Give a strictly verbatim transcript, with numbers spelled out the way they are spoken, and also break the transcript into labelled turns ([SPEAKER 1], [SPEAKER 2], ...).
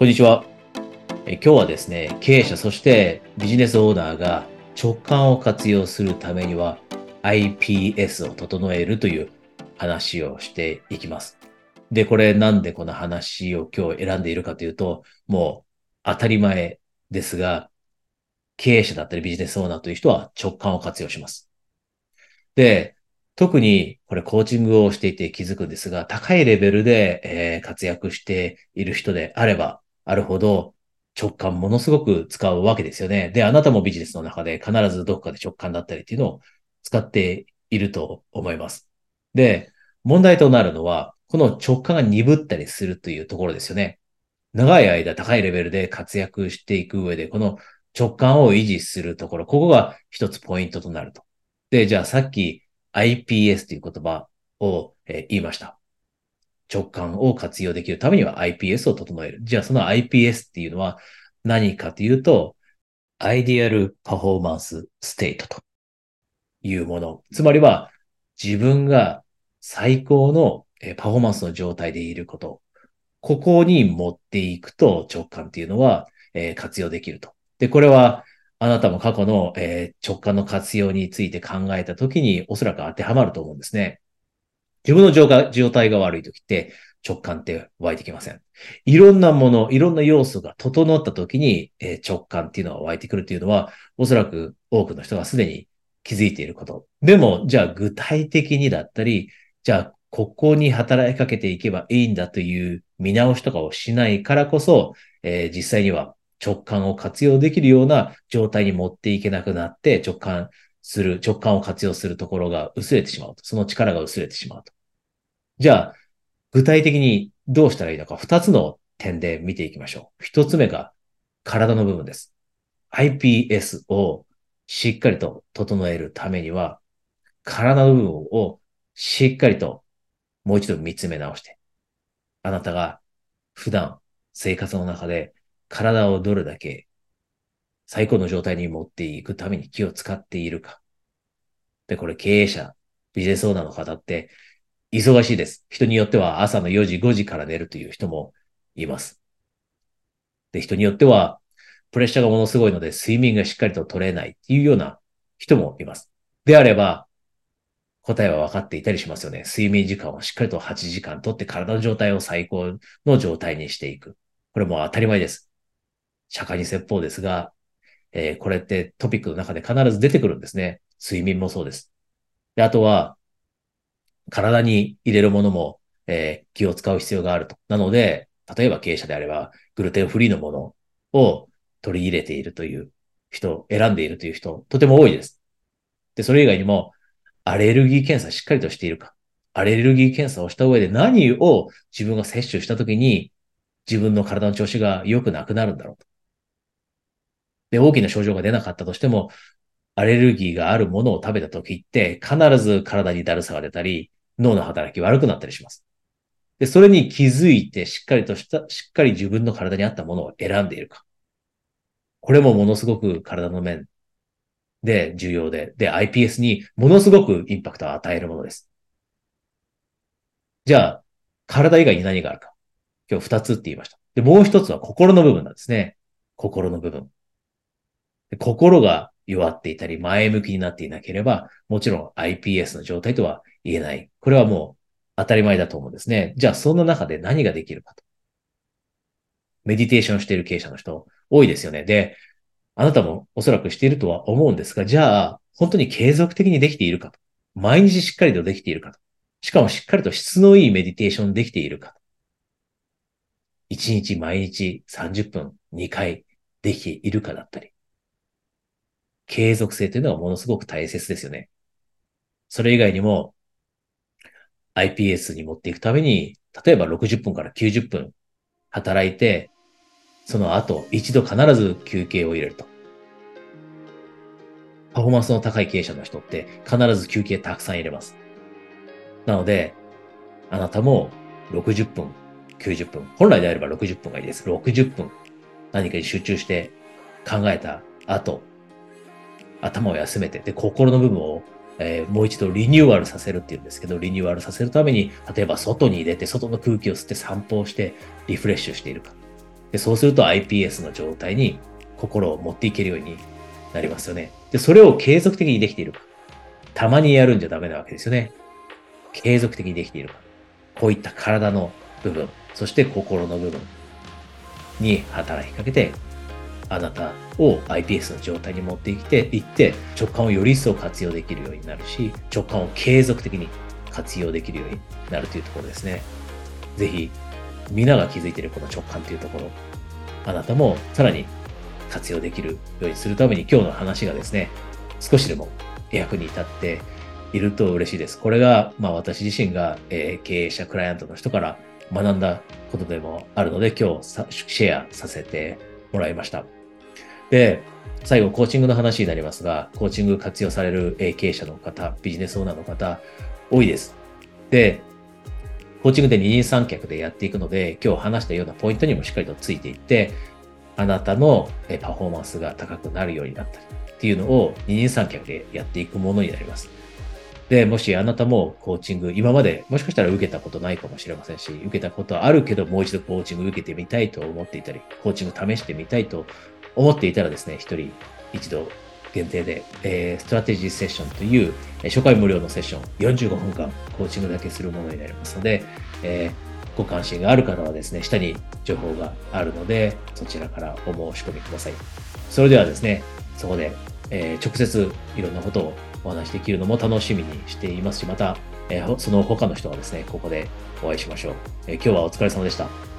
[SPEAKER 1] こんにちは。え今日はですね、経営者そしてビジネスオーナーが直感を活用するためには アイピーエス を整えるという話をしていきます。で、これなんでこの話を今日選んでいるかというと、もう当たり前ですが、経営者だったりビジネスオーナーという人は直感を活用します。で、特にこれコーチングをしていて気づくんですが、高いレベルで、えー活躍している人であればあるほど直感ものすごく使うわけですよね。で、あなたもビジネスの中で必ずどこかで直感だったりっていうのを使っていると思います。で、問題となるのは、この直感が鈍ったりするというところですよね。長い間高いレベルで活躍していく上で、この直感を維持するところ、ここが一つポイントとなると。で、じゃあさっき アイピーエス という言葉を、えー言いました。直感を活用できるためには アイピーエス を整える。じゃあその アイピーエス っていうのは何かというと、アイディアルパフォーマンスステートというもの。つまりは自分が最高のえーパフォーマンスの状態でいること。ここに持っていくと直感っていうのは、えー活用できると。で、これはあなたも過去の、えー直感の活用について考えたときにおそらく当てはまると思うんですね。自分の状態状態が悪いときって直感って湧いてきません。いろんなもの、いろんな要素が整ったときに、えー直感っていうのは湧いてくるっていうのは、おそらく多くの人がすでに気づいていること。でも、じゃあ具体的にだったり、じゃあここに働きかけていけばいいんだという見直しとかをしないからこそ、えー実際には直感を活用できるような状態に持っていけなくなって直感する、直感を活用するところが薄れてしまうと。その力が薄れてしまうと。じゃあ、具体的にどうしたらいいのか、二つの点で見ていきましょう。一つ目が体の部分です。アイピーエス をしっかりと整えるためには、体の部分をしっかりともう一度見つめ直して、あなたが普段生活の中で体をどれだけ最高の状態に持っていくために気を使っているか。で、これ経営者、ビジネスオーナーの方って忙しいです。人によっては朝のよじ、ごじから寝るという人もいます。で、人によってはプレッシャーがものすごいので睡眠がしっかりと取れないっていうような人もいます。であれば、答えは分かっていたりしますよね。睡眠時間をしっかりとはちじかんとって体の状態を最高の状態にしていく。これも当たり前です。釈迦に説法ですが、えーこれってトピックの中で必ず出てくるんですね。睡眠もそうです。で、あとは、体に入れるものも、えー気を使う必要があると。なので、例えば経営者であれば、グルテンフリーのものを取り入れているという人、選んでいるという人、とても多いです。で、それ以外にも、アレルギー検査しっかりとしているか。アレルギー検査をした上で何を自分が摂取したときに自分の体の調子が良くなくなるんだろうと。で、大きな症状が出なかったとしても、アレルギーがあるものを食べたときって必ず体にだるさが出たり、脳の働き悪くなったりします。で、それに気づいてしっかりとした、しっかり自分の体に合ったものを選んでいるか。これもものすごく体の面で重要で、で、アイピーエス にものすごくインパクトを与えるものです。じゃあ、体以外に何があるか。今日二つって言いました。で、もう一つは心の部分なんですね。心の部分。で心が弱っていたり、前向きになっていなければ、もちろん アイピーエス の状態とは言えない。これはもう当たり前だと思うんですね。じゃあ、そんな中で何ができるかと。メディテーションしている経営者の人多いですよね。で、あなたもおそらくしているとは思うんですが、じゃあ、本当に継続的にできているかと。毎日しっかりとできているかと。しかもしっかりと質のいいメディテーションできているかと。いちにち毎日さんじゅっぷんにかいできているかだったり。継続性というのはものすごく大切ですよね。それ以外にも アイピーエス に持っていくために、例えばろくじゅっぷんからきゅうじゅっぷん働いて、その後一度必ず休憩を入れると。パフォーマンスの高い経営者の人って必ず休憩たくさん入れます。なので、あなたもろくじゅっぷん、きゅうじゅっぷん、本来であればろくじゅっぷんがいいです。ろくじゅっぷん何かに集中して考えた後、頭を休めて、で、心の部分を、えーもう一度リニューアルさせるっていうんですけど、リニューアルさせるために、例えば外に出て、外の空気を吸って散歩をして、リフレッシュしているか。 で、そうすると アイピーエス の状態に心を持っていけるようになりますよね。で、それを継続的にできているか。たまにやるんじゃダメなわけですよね。継続的にできているか。こういった体の部分、そして心の部分に働きかけて、あなたを アイピーエス の状態に持っていっていって、直感をより一層活用できるようになるし、直感を継続的に活用できるようになるというところですね。ぜひ、皆が気づいているこの直感というところ、あなたもさらに活用できるようにするために今日の話がですね、少しでも役に立っていると嬉しいです。これが、まあ私自身が、えー経営者、クライアントの人から学んだことでもあるので、今日さシェアさせてもらいました。で、最後、コーチングの話になりますが、コーチング活用されるえー経営者の方、ビジネスオーナーの方、多いです。で、コーチングで二人三脚でやっていくので、今日話したようなポイントにもしっかりとついていって、あなたのえーパフォーマンスが高くなるようになったりっていうのを二人三脚でやっていくものになります。で、もしあなたもコーチング、今までもしかしたら受けたことないかもしれませんし、受けたことはあるけど、もう一度コーチング受けてみたいと思っていたり、コーチング試してみたいと思っていたらですね、一人一度限定で、えーストラテジーセッションという、えー初回無料のセッション、よんじゅうごふんかんコーチングだけするものになりますので、えーご関心がある方はですね、下に情報があるので、そちらからお申し込みください。それではですね、そこで、えー直接いろんなことをお話しできるのも楽しみにしていますし、また、えーその他の人はですね、ここでお会いしましょう。えー今日はお疲れ様でした。